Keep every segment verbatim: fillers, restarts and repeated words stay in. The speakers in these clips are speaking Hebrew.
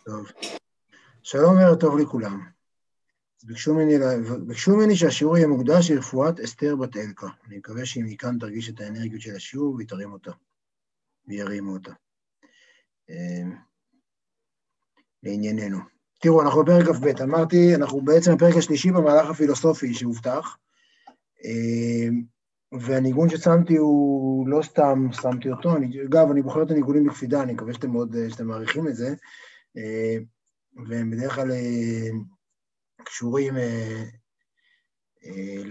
טוב. שלום וערב טוב לכולם. ביקשו ממני, ביקשו ממני שהשיעור יהיה מוקדש לרפואת אסתר בת אלקה. אני מקווה שאם מכאן תרגיש את האנרגיות של השיעור ויתרים אותה, וירימו אותה. לענייננו. תראו, אנחנו בפרק כ"ב, אמרתי, אנחנו בעצם בפרק השלישי במהלך הפילוסופי שהובטח, והניגון ששמתי הוא לא סתם שמתי אותו, אני, אגב, אני בוחר את הניגונים בקפידה, אני מקווה שאתם מאוד, שאתם מעריכים את זה, והם בדרך כלל קשורים אה, אה,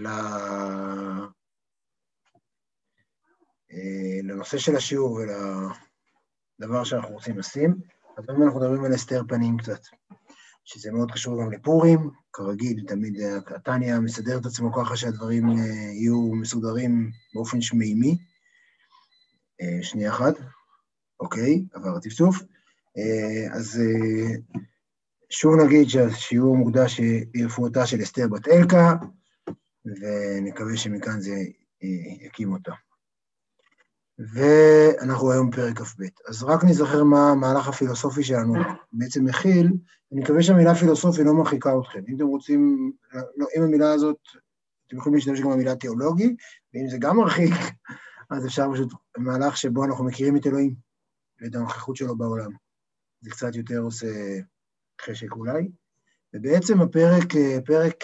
לנושא של השיעור ולדבר שאנחנו רוצים לשים. אז היום אנחנו מדברים על אסתר פנים קצת, שזה מאוד קשור גם לפורים, כרגיל, תמיד התניא מסדר את עצמו ככה שהדברים יהיו מסודרים באופן שמימי. שנייה אחת, אוקיי, עבר הטפטוף. אז שוב נגיד שהשיעור מוקדש לרפואתה של אסתר בת אלקה, ונקווה שמכאן זה יקים אותה. ואנחנו היום בפרק כ"ב. אז רק נזכר מה המהלך הפילוסופי שלנו בעצם מכיל, אני מקווה שהמילה פילוסופי לא מרחיקה אתכם. אם אתם רוצים, לא, אם המילה הזאת, אתם יכולים להשתמש גם במילה תיאולוגי, ואם זה גם מרחיק, אז אפשר פשוט מהלך שבו אנחנו מכירים את אלוהים, ואת הנוכחות שלו בעולם. זה קצת יותר עושה חשק אולי. ובעצם הפרק, פרק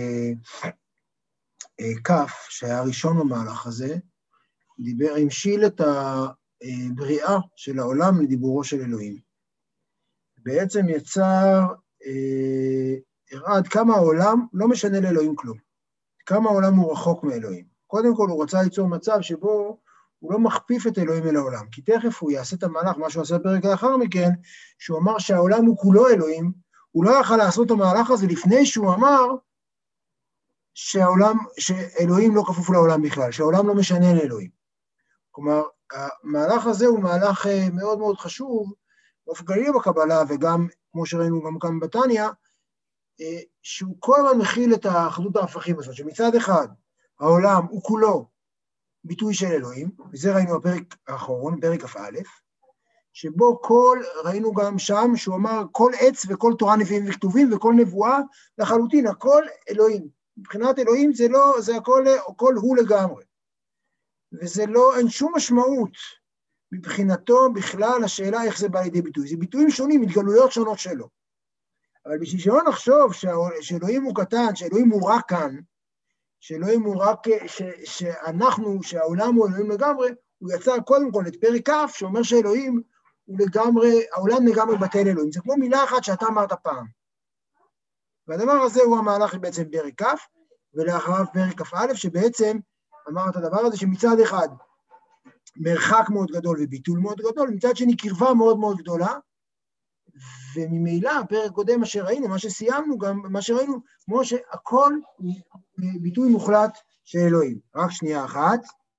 כף, שהיה הראשון במהלך הזה, דיבר, המשיל את הבריאה של העולם לדיבורו של אלוהים. בעצם יצר, הראה עד כמה העולם לא משנה לאלוהים כלום. כמה העולם הוא רחוק מאלוהים. קודם כל הוא רצה ליצור מצב שבו הוא לא מכפיף את אלוהים אל העולם, כי תכף הוא יעשה את המהלך, מה שהוא עשה בפרק לאחר מכן, שהוא אמר שהעולם הוא כולו אלוהים, הוא לא יכל לעשות את המהלך הזה לפני שהוא אמר שהעולם, שאלוהים לא כפוף לעולם בכלל, שהעולם לא משנה לאלוהים. כלומר, המהלך הזה הוא מהלך מאוד מאוד חשוב, באופן כללי בקבלה, וגם, כמו שראינו גם כאן בתניא, שהוא כל הזמן מכיל את האחדות ההפכים הזאת, שמצד אחד, העולם הוא כולו ביטוי של אלוהים, וזה ראינו בפרק האחרון, פרק כ"א, שבו כל, ראינו גם שם, שהוא אמר, כל עץ וכל תורה נביאים וכתובים, וכל נבואה לחלוטין, הכל אלוהים. מבחינת אלוהים זה לא, זה הכל, הכל הוא לגמרי. וזה לא, אין שום משמעות מבחינתו בכלל השאלה איך זה בא לידי ביטוי. זה ביטויים שונים, התגלויות שונות שלו. אבל בשביל שלא נחשוב שאלוהים הוא קטן, שאלוהים הוא רק כאן, שאלוהים הוא רק, ש, שאנחנו, שהעולם הוא אלוהים לגמרי, הוא יצר קודם כל את פרק כ' שאומר שאלוהים הוא לגמרי, העולם לגמרי בטל אלוהים. זה כמו מילה אחת שאתה אמרת פעם. והדבר הזה הוא המהלך בעצם פרק כ', ולאחריו פרק כ"א, שבעצם אמר את הדבר הזה שמצד אחד מרחק מאוד גדול וביטול מאוד גדול, מצד שני קרבה מאוד מאוד גדולה, וממילא הפרק קודם מה שראינו, מה שסיימנו גם, מה שראינו, כמו שהכל ביטוי מוחלט של אלוהים. רק שנייה אחת.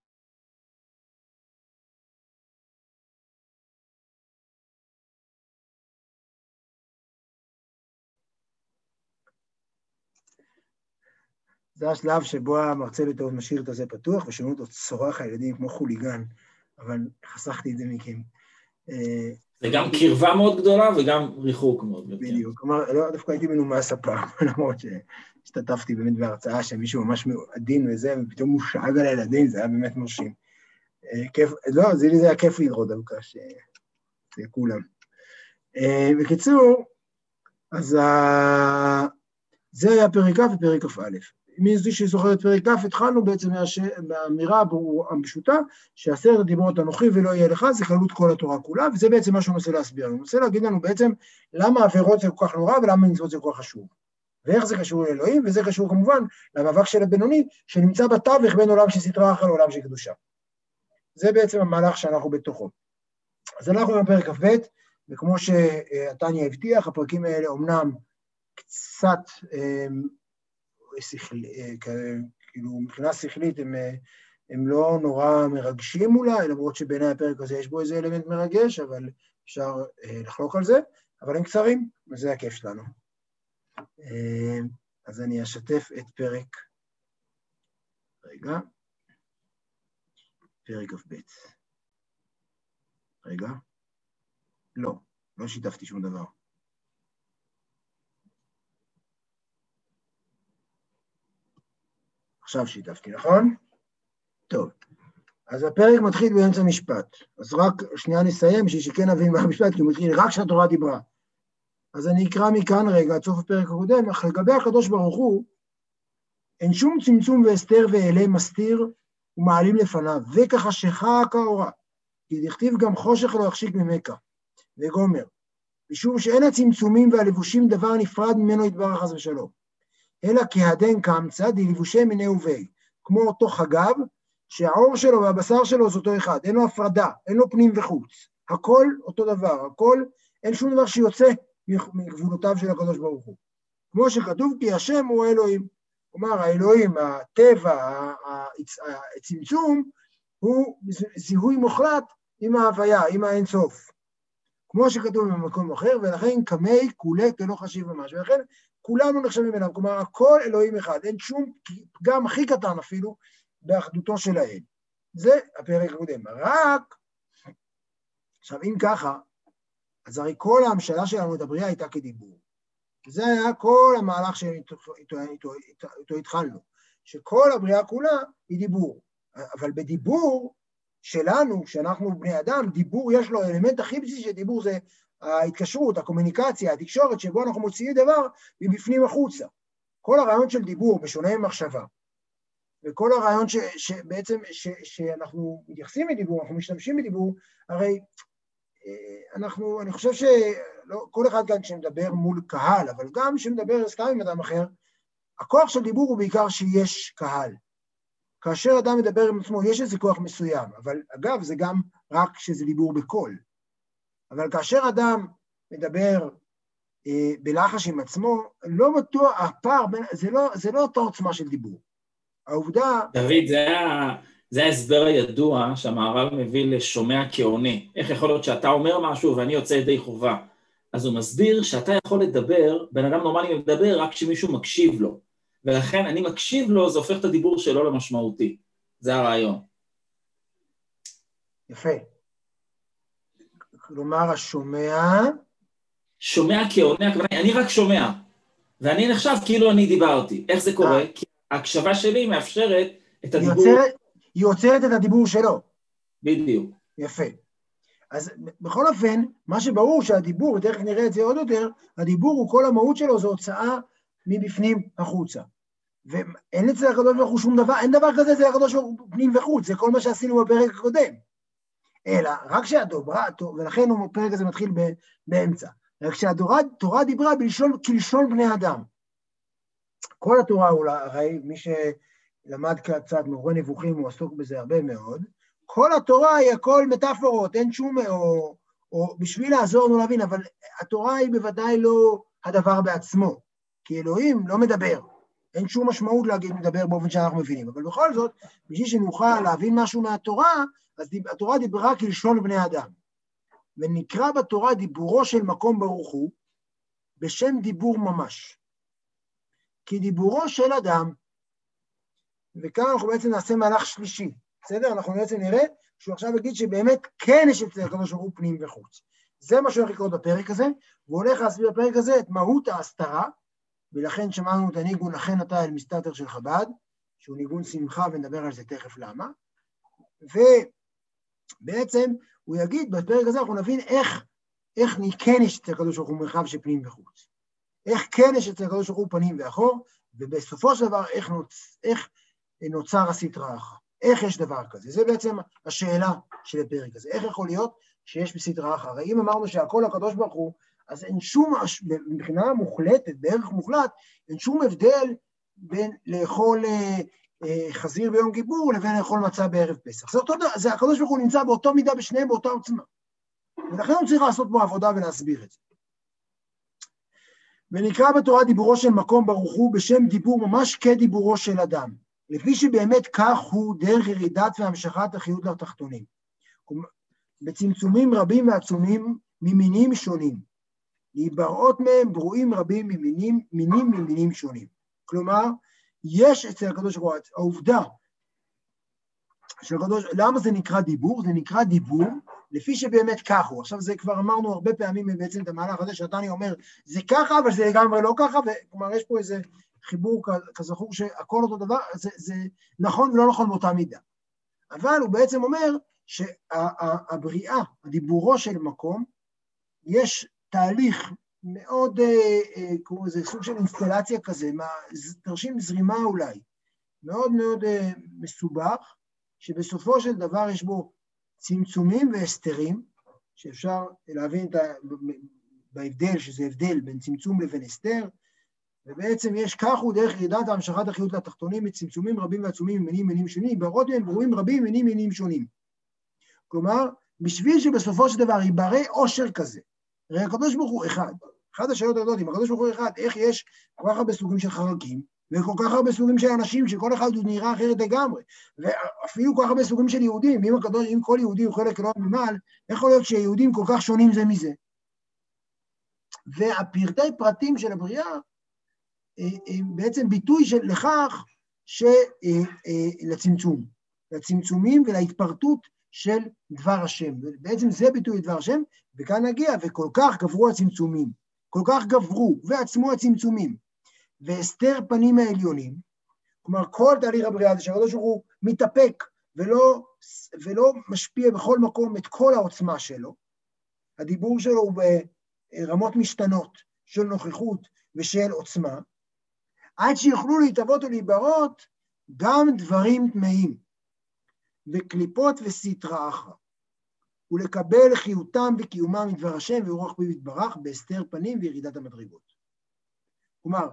זה השלב שבו המרצה בטעות משאיר את זה פתוח, ושומעים אותו צורח הילדים כמו חוליגן, אבל חסכתי את זה מכם. זה גם קרבה מאוד גדולה וגם ריחוק מאוד גדול. בדיוק, כלומר, לא, דווקא הייתי מנומס הפעם, למרות שהשתתפתי באמת בהרצאה שמישהו ממש עדין וזה, ופתאום הוא שאג על הילדים, זה היה באמת מרשים. כיף, לא, זה לי זה היה כיף לראות דווקא, שזה כולם. בקיצור, אז זה היה פרק כ' ופרק כ"א. מי זה שזוכר את פרק כ', התחלנו בעצם מהאמירה הפשוטה, שעשרת הדיברות אנוכי ולא יהיה לך, זה כללות כל התורה כולה, וזה בעצם מה שהוא מנסה להסביר. הוא מנסה להגיד לנו בעצם למה עבירות זה כל כך נורא, ולמה מצוות זה כל כך חשוב. ואיך זה קשור לאלוהים, וזה קשור כמובן למאבק של הבינוני, שנמצא בתווך בין עולם של סטרה אחר לעולם של קדושה. זה בעצם המהלך שאנחנו בתוכו. אז אנחנו בפרק כ"ב, וכמו שהתניא הבטיח, הפרקים האלה אומנם קצת שכלי, כאילו מבחינה שכלית הם, הם לא נורא מרגשים אולי, למרות שבעיני הפרק הזה יש בו איזה אלמנט מרגש, אבל אפשר לחלוק על זה, אבל הם קצרים, וזה הכיף שלנו. אז אני אשתף את פרק, רגע, פרק כ"ב. רגע, לא, לא שיתפתי שום דבר. עכשיו שיתפתי, נכון? טוב. אז הפרק מתחיל באמצע משפט. אז רק שנייה נסיים, בשביל שכן נבין מה המשפט, כי הוא מתחיל רק כשהתורה דיברה. אז אני אקרא מכאן רגע, עד סוף הפרק הקודם, אך לגבי הקדוש ברוך הוא, אין שום צמצום והסתר ואלה מסתיר ומעלים לפניו, וכחשיכה כאורה, כי דכתיב גם חושך לא יחשיק ממך, וגומר, משום שאין הצמצומים והלבושים דבר נפרד ממנו יתברך חס ושלום, אלא כהדן קמצא דלבושי מיני ובי, כמו אותו חגב, שהעור שלו והבשר שלו זה אותו אחד, אין לו הפרדה, אין לו פנים וחוץ, הכל אותו דבר, הכל, אין שום דבר שיוצא מגבולותיו של הקדוש ברוך הוא. כמו שכתוב כי השם הוא האלוהים, כלומר האלוהים, הטבע, הצמצום, הוא זיהוי מוחלט עם ההוויה, עם האינסוף. כמו שכתוב במקום אחר, ולכן קמי כולי כלא חשיב ממש, ולכן כולנו נחשבים אליו, כלומר הכל אלוהים אחד, אין שום פגם הכי קטן אפילו, באחדותו של האל. זה הפרק הקודם. רק, עכשיו אם ככה, אז הרי כל ההמשלה שלנו את הבריאה הייתה כדיבור. זה היה כל המהלך שאיתו התחלנו, שכל הבריאה כולה היא דיבור. אבל בדיבור שלנו, שאנחנו בני אדם, דיבור יש לו אלמנט הכי בסיסי של דיבור, זה ההתקשרות, הקומוניקציה, התקשורת, שבו אנחנו מוציאים דבר מבפנים החוצה. כל הרעיון של דיבור, בשונה ממחשבה, וכל הרעיון ש, שבעצם ש, שאנחנו מתייחסים מדיבור, אנחנו משתמשים בדיבור, הרי אנחנו, אני חושב שכל אחד כאן שמדבר מול קהל, אבל גם שמדבר סתם עם אדם אחר, הכוח של דיבור הוא בעיקר שיש קהל. כאשר אדם מדבר עם עצמו, יש איזה כוח מסוים, אבל אגב, זה גם רק שזה דיבור בקול. אבל כאשר אדם מדבר אה, בלחש עם עצמו, לא בטוח, הפער, זה לא, זה לא אותה עוצמה של דיבור. העובדה... דוד, זה היה, זה ההסבר הידוע שהמהר"ל מביא לשומע כעונה. איך יכול להיות שאתה אומר משהו ואני יוצא ידי חובה? אז הוא מסביר שאתה יכול לדבר, בן אדם נורמלי מדבר רק כשמישהו מקשיב לו. ולכן אני מקשיב לו, זה הופך את הדיבור שלו למשמעותי. זה הרעיון. יפה. כלומר, השומע... שומע כעונה, אני רק שומע. ואני נחשב כאילו אני דיברתי. איך זה קורה? כי ההקשבה שלי מאפשרת את הדיבור... היא יוצרת, היא יוצרת את הדיבור שלו. בדיוק. יפה. אז בכל אופן, מה שברור שהדיבור, ותכף נראה את זה עוד יותר, הדיבור הוא כל המהות שלו, זו הוצאה מבפנים החוצה. ואין אצל הקדוש ברוך הוא שום דבר, אין דבר כזה, זה הקדוש ברוך הוא פנים וחוץ, זה כל מה שעשינו בפרק הקודם. אלא, רק שהדוברה, ולכן הפרק הזה מתחיל באמצע, רק שהתורה דיברה בלשון, כלשון בני אדם. כל התורה, הרי מי שלמד קצת מורה נבוכים, הוא עסוק בזה הרבה מאוד, כל התורה היא הכל מטאפורות, אין שום, או, או בשביל לעזור לנו להבין, אבל התורה היא בוודאי לא הדבר בעצמו, כי אלוהים לא מדבר, אין שום משמעות להגיד מדבר באופן שאנחנו מבינים, אבל בכל זאת, בשביל שנוכל להבין משהו מהתורה, אז התורה דיברה כלשון בני אדם, ונקרא בתורה דיבורו של מקום ברוך הוא, בשם דיבור ממש, כי דיבורו של אדם, וכאן אנחנו בעצם נעשה מהלך שלישי, בסדר? אנחנו בעצם נראה שהוא עכשיו יגיד שבאמת כן יש אצל הקדוש ברוך הוא פנים וחוץ. זה מה שהולך לקרות בפרק הזה, והוא הולך להסביר בפרק הזה את מהות ההסתרה, ולכן שמענו את הניגון לכן אתה אל מסתתר של חב"ד, שהוא ניגון שמחה ונדבר על זה תכף למה, ובעצם הוא יגיד בפרק הזה אנחנו נבין איך, איך כן יש אצל הקדוש ברוך הוא מרחב של פנים וחוץ. איך כן יש אצל הקדוש ברוך הוא פנים ואחור, ובסופו של דבר איך, נוצ... איך נוצר הסתרה אחת. איך יש דבר כזה? זה בעצם השאלה של הפרק הזה. איך יכול להיות שיש בסדרה אחת? הרי אם אמרנו שהכל הקדוש ברוך הוא, אז אין שום, מבחינה מוחלטת, בערך מוחלט, אין שום הבדל בין לאכול אה, אה, חזיר ביום כיפור לבין לאכול מצה בערב פסח. זה, אותו, זה הקדוש ברוך הוא נמצא באותו מידה בשניהם באותה עוצמה. ולכן הוא צריך לעשות בו עבודה ולהסביר את זה. ונקרא בתורה דיבורו של מקום ברוך הוא בשם דיבור ממש כדיבורו של אדם. לפי שבאמת כך הוא דרך ירידת והמשכת החיות לתחתונים. בצמצומים רבים ועצומים ממינים שונים. להיבראות מהם ברואים רבים ממינים, מינים ממינים שונים. כלומר, יש אצל הקדוש ברוך הוא, העובדה של הקדוש, למה זה נקרא דיבור? זה נקרא דיבור לפי שבאמת כך הוא. עכשיו זה כבר אמרנו הרבה פעמים בעצם את המהלך הזה, שהתניא אומר, זה ככה, אבל זה לגמרי לא ככה, וכלומר יש פה איזה חיבור כזכור שהכל אותו דבר, זה, זה נכון ולא נכון באותה מידה. אבל הוא בעצם אומר שהבריאה, הדיבורו של מקום, יש תהליך מאוד, כמו זה סוג של אינסטלציה כזה, תרשים זרימה אולי, מאוד מאוד מסובך, שבסופו של דבר יש בו צמצומים והסתרים, שאפשר להבין את ה... בהבדל, שזה הבדל בין צמצום לבין הסתר, ובעצם יש כך הוא דרך ירידת המשכת החיות לתחתונים, מצמצומים רבים ועצומים ממינים מינים שונים, בערות מהם ברואים רבים מינים מינים שונים. כלומר, בשביל שבסופו של דבר ייברא עושר כזה, הרי הקדוש ברוך הוא אחד, אחד השאלות הגדולות, אם הקדוש ברוך הוא אחד, איך יש כל כך הרבה סוגים של חרקים, וכל כך הרבה סוגים של אנשים, שכל אחד הוא נראה אחרת לגמרי, ואפילו כל כך הרבה סוגים של יהודים, אם הקדוש, אם כל יהודי הוא חלק לא ממעל, יכול להיות שיהודים כל כך שונים זה מזה. והפרטי פרטים של הבריאה, הם בעצם ביטוי של לכך שלצמצום, לצמצומים ולהתפרטות של דבר השם. בעצם זה ביטוי לדבר השם, וכאן נגיע, וכל כך גברו הצמצומים, כל כך גברו ועצמו הצמצומים, והסתר פנים העליונים, כלומר כל תהליך הבריאה הזה שהקדוש ברוך הוא מתאפק ולא, ולא משפיע בכל מקום את כל העוצמה שלו, הדיבור שלו הוא ברמות משתנות של נוכחות ושל עוצמה, עד שיוכלו להתאבות ולהיברות גם דברים טמאים, וקליפות וסתרה אחרא, ולקבל חיותם וקיומם מדבר השם ורוח פיו יתברך בהסתר פנים וירידת המדרגות. כלומר,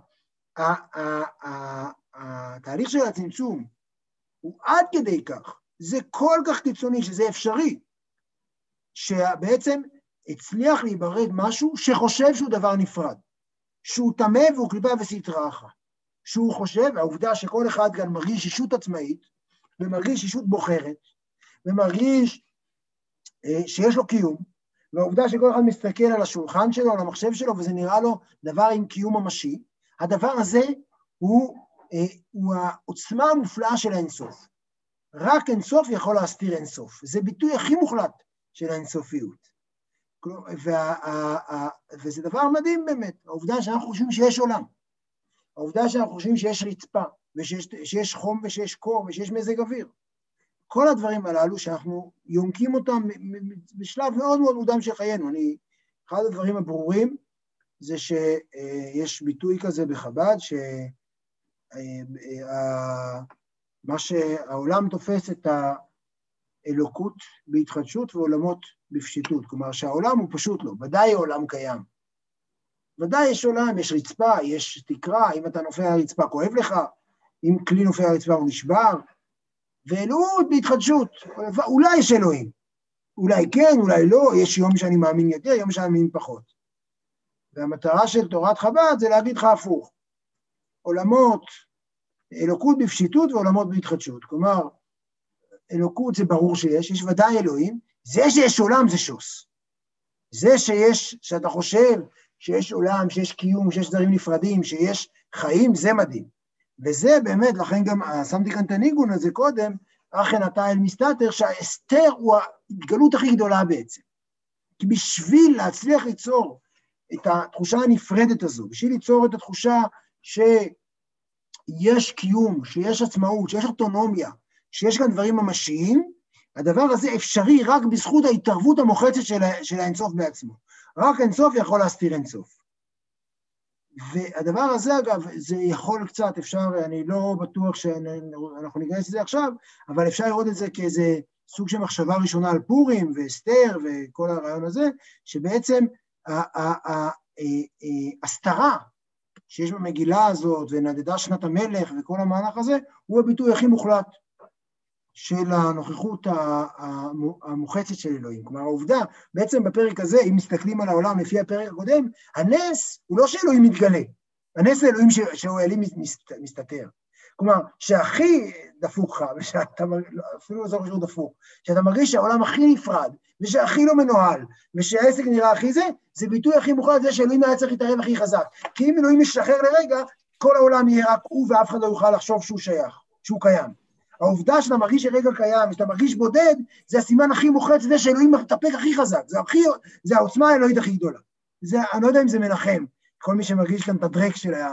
התהליך של הצמצום הוא עד כדי כך, זה כל כך קיצוני שזה אפשרי, שבעצם הצליח להיברד משהו שחושב שהוא דבר נפרד, שהוא טמא והוא קליפה וסתרה אחרא, שהוא חושב, העובדה שכל אחד כאן מרגיש אישות עצמאית, ומרגיש אישות בוחרת, ומרגיש אה, שיש לו קיום, והעובדה שכל אחד מסתכל על השולחן שלו, על המחשב שלו, וזה נראה לו דבר עם קיום ממשי, הדבר הזה הוא, אה, הוא העוצמה המופלאה של האינסוף. רק אינסוף יכול להסתיר אינסוף. זה ביטוי הכי מוחלט של האינסופיות. וה, וה, וזה דבר מדהים באמת, העובדה שאנחנו חושבים שיש עולם, העובדה שאנחנו חושבים שיש רצפה, ושיש שיש חום ושיש קור ושיש מזג אוויר. כל הדברים הללו שאנחנו יונקים אותם בשלב מאוד מאוד מוקדם של חיינו. אני, אחד הדברים הברורים זה שיש ביטוי כזה בחב"ד, שמה שהעולם תופס את האלוקות בהתחדשות ועולמות בפשיטות. כלומר שהעולם הוא פשוט לא, ודאי העולם קיים. ודאי יש עולם, יש רצפה, יש תקרה, אם אתה נופל על הרצפה כואב לך, אם כלי נופל על הרצפה הוא נשבר, ואלוהות בהתחדשות, אולי יש אלוהים, אולי כן, אולי לא, יש יום שאני מאמין יותר, יום שאני מאמין פחות. והמטרה של תורת חב"ד זה להגיד לך הפוך, עולמות, אלוקות בפשיטות ועולמות בהתחדשות, כלומר, אלוקות זה ברור שיש, יש ודאי אלוהים, זה שיש עולם זה שוס, זה שיש, שאתה חושב שיש עולם, שיש קיום, שיש דברים נפרדים, שיש חיים, זה מדהים. וזה באמת, לכן גם שמתי כאן את הניגון הזה קודם, אכן אתה אל מסתתר, שהאסתר הוא ההתגלות הכי גדולה בעצם. כי בשביל להצליח ליצור את התחושה הנפרדת הזו, בשביל ליצור את התחושה שיש קיום, שיש עצמאות, שיש אוטונומיה, שיש כאן דברים ממשיים, הדבר הזה אפשרי רק בזכות ההתערבות המוחצת של, של האינסוף בעצמו. רק אינסוף יכול להסתיר אינסוף. והדבר הזה, אגב, זה יכול קצת, אפשר, אני לא בטוח שאנחנו ניכנס לזה עכשיו, אבל אפשר לראות את זה כאיזה סוג של מחשבה ראשונה על פורים ואסתר וכל הרעיון הזה, שבעצם ההסתרה שיש במגילה הזאת, ונדדה שנת המלך וכל המהלך הזה, הוא הביטוי הכי מוחלט של הנוכחות המוחצת של אלוהים. כלומר, העובדה, בעצם בפרק הזה, אם מסתכלים על העולם לפי הפרק הקודם, הנס הוא לא שאלוהים מתגלה, הנס זה אלוהים שהוא אלים מסתתר. כלומר, שהכי דפוק לך, ושאתה, אפילו לא זוכר שהוא דפוק, שאתה מרגיש שהעולם הכי נפרד, ושהכי לא מנוהל, ושהעסק נראה הכי זה, זה ביטוי הכי מוחלט, זה שאלוהים היה צריך להתערב הכי חזק. כי אם אלוהים משחרר לרגע, כל העולם יהיה רק הוא, ואף אחד לא יוכל לחשוב שהוא שייך, שהוא קיים. העובדה שאתה מרגיש שרגע קיים, שאתה מרגיש בודד, זה הסימן הכי מוחץ, זה שאלוהים מתאפק הכי חזק, זה, הכי, זה העוצמה האלוהית הכי גדולה. זה, אני לא יודע אם זה מנחם, כל מי שמרגיש כאן את הדרק של, ה,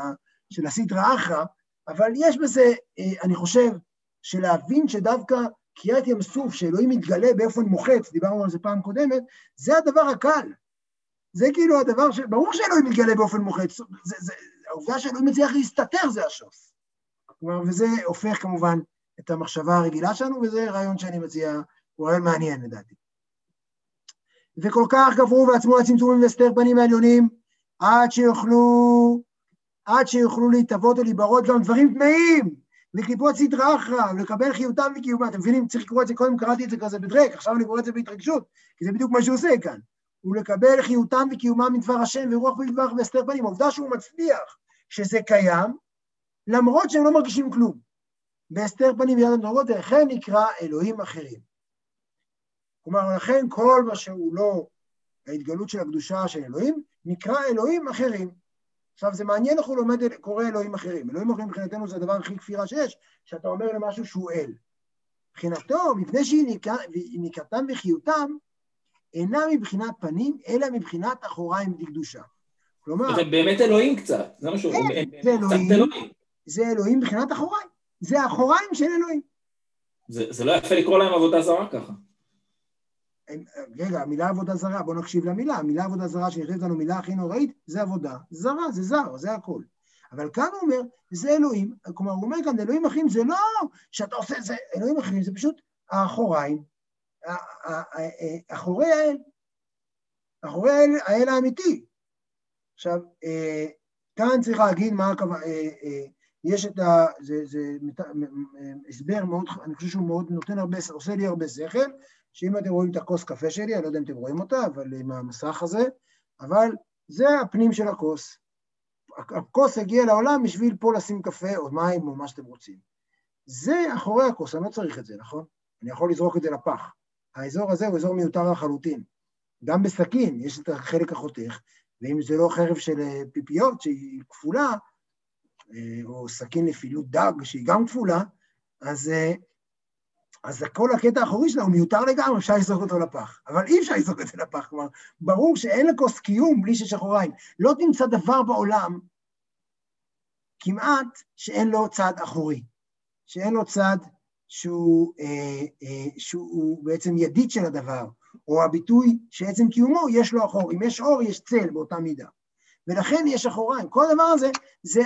של הסטרא אחרא, אבל יש בזה, אני חושב, שלהבין שדווקא קריאת ים סוף, שאלוהים מתגלה באופן מוחץ, דיברנו על זה פעם קודמת, זה הדבר הקל. זה כאילו הדבר ש... ברור שאלוהים מתגלה באופן מוחץ, זה, זה, העובדה שאלוהים מצליח להסתתר זה השוס. כלומר, וזה הופך כמובן את המחשבה הרגילה שלנו, וזה רעיון שאני מציע, הוא רעיון מעניין לדעתי. וכל כך גברו ועצמו הצמצומים והסתר פנים העליונים, עד שיוכלו, עד שיוכלו להתאבות ולהיברות גם דברים טמאים, לקליפות סטרא אחרא, ולקבל חיותם וקיומם. אתם מבינים, צריך לקרוא את זה, קודם קראתי את זה כזה בדרק, עכשיו אני קורא את זה בהתרגשות, כי זה בדיוק מה שהוא עושה כאן. ולקבל חיותם וקיומם מדבר השם ורוח ולדברך והסתר פנים. העובדה שהוא מצליח שזה קיים, למרות שהם לא מרגישים כלום. בהסתר פנים ויד הנורות, לכן נקרא אלוהים אחרים. כלומר, לכן כל מה שהוא לא ההתגלות של הקדושה של אלוהים, נקרא אלוהים אחרים. עכשיו, זה מעניין איך הוא לומד, קורא אלוהים אחרים. אלוהים אחרים מבחינתנו זה הדבר הכי כפירה שיש, שאתה אומר למשהו שהוא אל. מבחינתו, מפני שהיא נקרתם וחיותם, אינה מבחינת פנים, אלא מבחינת אחוריים דקדושה. כלומר... זה באמת אלוהים קצת, זה משהו, זה אלוהים, זה אלוהים מבחינת אחוריים. זה האחוריים של אלוהים. זה לא יפה לקרוא להם עבודה זרה ככה. רגע, המילה עבודה זרה, בואו נקשיב למילה. המילה עבודה זרה שנכתבת לנו מילה הכי נוראית, זה עבודה זרה, זה זר, זה הכל. אבל כאן הוא אומר, זה אלוהים, כלומר הוא אומר כאן, אלוהים אחרים זה לא שאתה עושה, זה אלוהים אחרים, זה פשוט האחוריים, אחורי האל, אחורי האל, האל האמיתי. עכשיו, כאן צריך להגיד מה הכוונה, יש את ה... זה, זה הסבר מאוד, אני חושב שהוא מאוד נותן הרבה, עושה לי הרבה שכל, שאם אתם רואים את הכוס קפה שלי, אני לא יודע אם אתם רואים אותה, אבל עם המסך הזה, אבל זה הפנים של הכוס. הכוס הגיע לעולם בשביל פה לשים קפה או מים או מה שאתם רוצים. זה אחורי הכוס, אני לא צריך את זה, נכון? אני יכול לזרוק את זה לפח. האזור הזה הוא אזור מיותר לחלוטין. גם בסכין יש את החלק החותך, ואם זה לא חרב של פיפיות שהיא כפולה, או סכין לפעילות דג שהיא גם כפולה, אז, אז כל הקטע האחורי שלה הוא מיותר לגמרי, אפשר לזרוק אותו לפח. אבל אי אפשר לזרוק את זה לפח, כלומר, ברור שאין לכוס קיום בלי שיש אחוריים. לא תמצא דבר בעולם, כמעט שאין לו צד אחורי, שאין לו צד שהוא, אה, אה, שהוא בעצם ידיד של הדבר, או הביטוי שעצם קיומו יש לו אחור. אם יש אור, יש צל באותה מידה. ולכן יש אחוריים. כל הדבר הזה, זה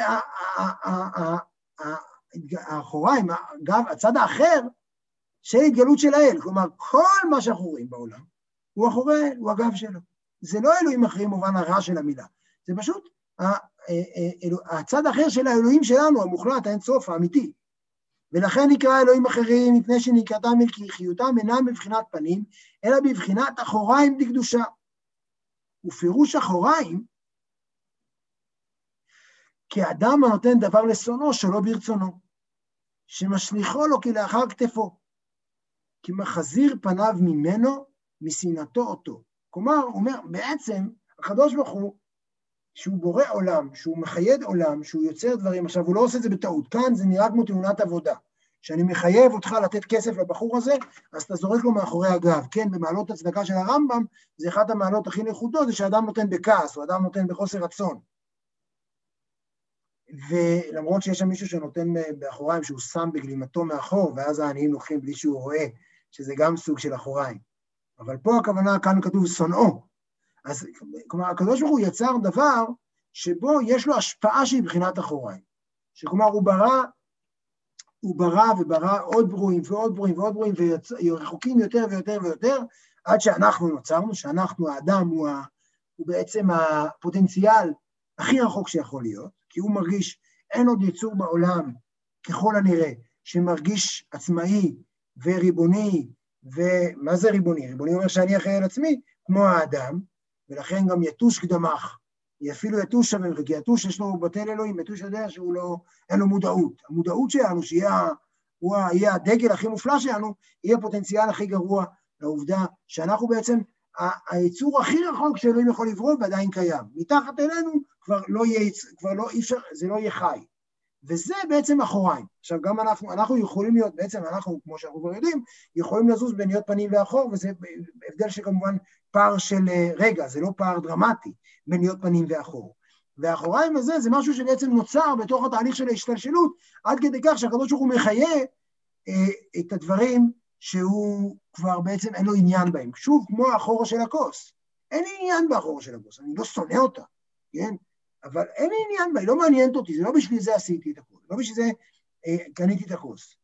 האחוריים, אגב, הצד האחר של התגלות של האל. כלומר, כל מה שאנחנו רואים בעולם, הוא אחורי, הוא הגב שלו. זה לא אלוהים אחרים במובן הרע של המילה. זה פשוט הצד האחר של האלוהים שלנו, המוחלט, האינסוף, האמיתי. ולכן נקרא אלוהים אחרים, מפני שנקראתם מלכיותם אינם בבחינת פנים, אלא בבחינת אחוריים דקדושה. ופירוש אחוריים, כאדם הנותן דבר לשונאו שלא ברצונו, שמשליחו לו כלאחר כתפו, כי מחזיר פניו ממנו, משנאתו אותו. כלומר, הוא אומר, בעצם, הקדוש ברוך הוא, שהוא בורא עולם, שהוא מחייד עולם, שהוא יוצר דברים, עכשיו הוא לא עושה את זה בטעות, כאן זה נראה כמו תאונת עבודה, שאני מחייב אותך לתת כסף לבחור הזה, אז אתה זורק לו מאחורי הגב, כן, במעלות הצדקה של הרמב"ם, זה אחת המעלות הכי נחותות, זה שאדם נותן בכעס, או אדם נותן בחוסר רצון. ולמרות שיש שם מישהו שנותן באחוריים, שהוא שם בגלימתו מאחור, ואז העניים לוקחים בלי שהוא רואה, שזה גם סוג של אחוריים. אבל פה הכוונה, כאן כתוב שונאו. אז, כלומר, הקדוש ברוך הוא יצר דבר שבו יש לו השפעה שהיא בחינת אחוריים. שכלומר, הוא ברא, הוא ברא וברא עוד ברואים ועוד ברואים ועוד ברואים, ורחוקים יותר ויותר ויותר, עד שאנחנו נוצרנו, שאנחנו, האדם, הוא, ה, הוא בעצם הפוטנציאל הכי רחוק שיכול להיות, כי הוא מרגיש, אין עוד יצור בעולם, ככל הנראה, שמרגיש עצמאי וריבוני, ומה זה ריבוני? ריבוני אומר שאני אחראי על עצמי, כמו האדם, ולכן גם יתוש קדמך, אפילו יתוש שווה, כי יתוש יש לו בטל אלוהים, יתוש יודע שהוא לא, אין לו מודעות. המודעות שלנו, שיהיה הוא יהיה הדגל הכי מופלא שלנו, יהיה הפוטנציאל הכי גרוע לעובדה שאנחנו בעצם, היצור הכי רחוק שאלוהים יכול לברוא ועדיין קיים. מתחת אלינו כבר לא יהיה, כבר לא אפשר, זה לא יהיה חי. וזה בעצם אחוריים. עכשיו גם אנחנו, אנחנו יכולים להיות, בעצם אנחנו, כמו שאנחנו כבר יודעים, יכולים לזוז בין להיות פנים ואחור, וזה הבדל שכמובן פער של רגע, זה לא פער דרמטי בין להיות פנים ואחור. והאחוריים הזה זה משהו שבעצם נוצר בתוך התהליך של ההשתלשלות, עד כדי כך שהקדוש ברוך הוא מחיה אה, את הדברים שהוא כבר בעצם אין לו עניין בהם. שוב, כמו האחורה של הכוס. אין לי עניין באחורה של הכוס, אני לא שונא אותה, כן? אבל אין לי עניין בה, היא לא מעניינת אותי, זה לא בשביל זה עשיתי את הכוס, לא בשביל זה אה, קניתי את הכוס.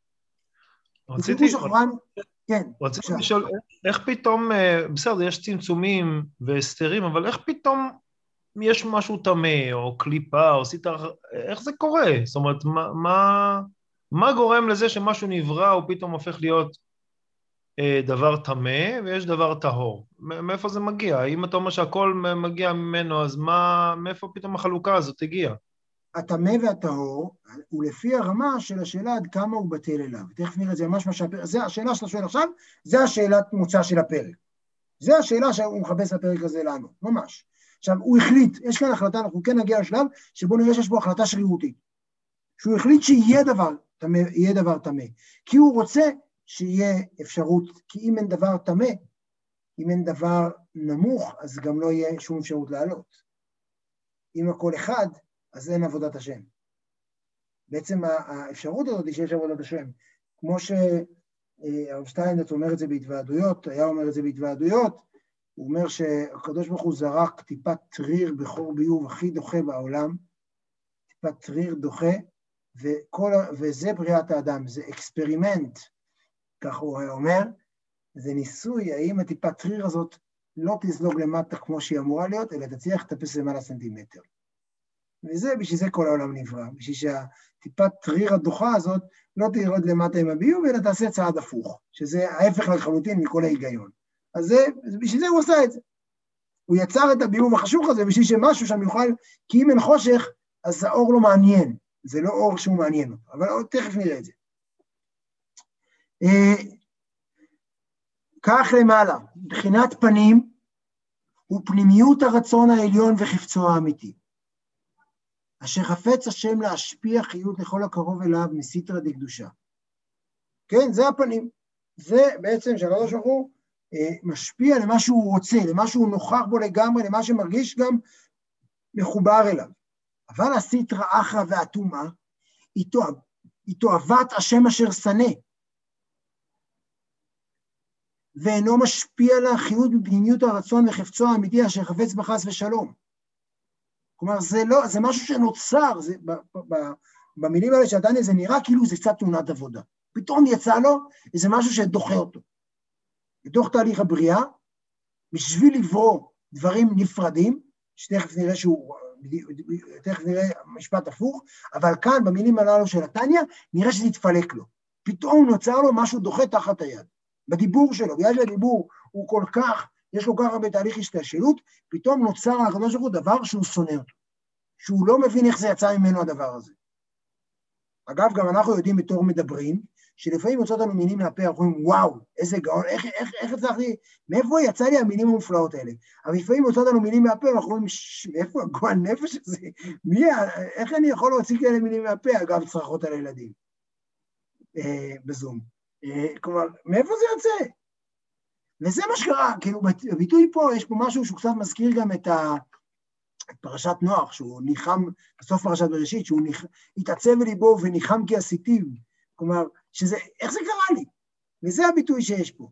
רציתי, כן, רציתי לשאול, איך פתאום, בסדר, יש צמצומים והסתרים, אבל איך פתאום יש משהו תמה, או קליפה, או סיטר, איך זה קורה? זאת אומרת, מה, מה, מה גורם לזה שמשהו נברא, או פתאום הופך להיות אה, דבר תמה, ויש דבר טהור? מאיפה זה מגיע? אם אתה אומר שהכל מגיע ממנו, אז מה, מאיפה פתאום החלוקה הזאת הגיעה? התמה והטהור הוא לפי הרמה של השאלה עד כמה הוא בטל אליו. תכף נראה את זה ממש מה שהפרק, זה השאלה שאתה שואל עכשיו, זה השאלת מוצא של הפרק. זה השאלה שהוא מחפש הפרק הזה לנו, ממש. עכשיו, הוא החליט, יש כאן החלטה, אנחנו כן נגיע לשלב, שבו נראה שיש בו החלטה שרירותית. שהוא החליט שיהיה דבר, תמה, יהיה דבר תמה. כי הוא רוצה שיהיה אפשרות, כי אם אין דבר תמה, אם אין דבר נמוך, אז גם לא יהיה שום אפשרות לעלות. אם הכל אחד, אז אין עבודת השם. בעצם האפשרות הזאת היא שיש עבודת השם. כמו שהרב שטיינזלץ אומר את זה בהתוועדויות, היה אומר את זה בהתוועדויות, הוא אומר שהקדוש ברוך הוא זרק טיפת טריר בחור ביוב הכי דוחה בעולם, טיפת טריר דוחה, וכל, וזה בריאת האדם, זה אקספרימנט, כך הוא אומר, זה ניסוי, האם הטיפת טריר הזאת לא תזלוג למטה כמו שהיא אמורה להיות, אלא תצליח לטפס למעלה סנטימטר. וזה, בשביל זה כל העולם נברא, בשביל שהטיפת טריר הדוחה הזאת לא תירד למטה עם הביוב, אלא תעשה צעד הפוך, שזה ההפך לחלוטין מכל ההיגיון. אז זה, בשביל זה הוא עושה את זה. הוא יצר את הביוב החשוך הזה, בשביל שמשהו שם יוכל, כי אם אין חושך, אז האור לא מעניין, זה לא אור שהוא מעניין אותו, אבל עוד תכף נראה את זה. כך למעלה, בחינת פנים, הוא פנימיות הרצון העליון וחפצו האמיתי. אשר חפץ השם להשפיע חיות לכל הקרוב אליו מסיטרא דקדושה. כן, זה הפנים. זה בעצם שהקדוש ברוך הוא אה, משפיע למה שהוא רוצה, למה שהוא נוכח בו לגמרי, למה שמרגיש גם מחובר אליו. אבל הסיטרא אחרא והטומאה, היא תועבת השם אשר שנא, ואינו משפיע לה חיות בפנימיות הרצון וחפצו האמיתי אשר חפץ בחס ושלום. כלומר, זה לא, זה משהו שנוצר, זה, ב, ב, ב, במילים האלה שעדיין זה נראה כאילו זה קצת תאונת עבודה. פתאום יצא לו איזה משהו שדוחה אותו. בתוך תהליך הבריאה, בשביל לברוא דברים נפרדים, שתכף נראה שהוא, תכף נראה משפט הפוך, אבל כאן במילים הללו של התניא, נראה שזה יתפלק לו. פתאום נוצר לו משהו דוחה תחת היד. בדיבור שלו, בגלל שהדיבור הוא כל כך, יש לו כך הרבה תהליך השתלשלות, פתאום נוצר על הקדוש ברוך הוא דבר שהוא שונא אותו, שהוא לא מבין איך זה יצא ממנו הדבר הזה. אגב, גם אנחנו יודעים בתור מדברים, שלפעמים יוצאות לנו מילים מהפה, אנחנו אומרים, וואו, איזה גאון, איך, איך, איך הצלחתי, מאיפה יצא לי המילים המופלאות האלה? אבל לפעמים יוצאות לנו מילים מהפה, אנחנו אומרים, מאיפה הגועל נפש הזה? מי, איך אני יכול להוציא כאלה מילים מהפה? אגב, צרחות על הילדים, אה, בזום. אה, כלומר, מאיפה זה יוצא? וזה מה שקרה, כאילו, בביטוי פה, יש פה משהו שהוא קצת מזכיר גם את ה... את פרשת נוח, שהוא ניחם, בסוף פרשת בראשית, שהוא ניח, התעצב בליבו וניחם כי עשיתיו. כלומר, שזה, איך זה קרה לי? וזה הביטוי שיש פה.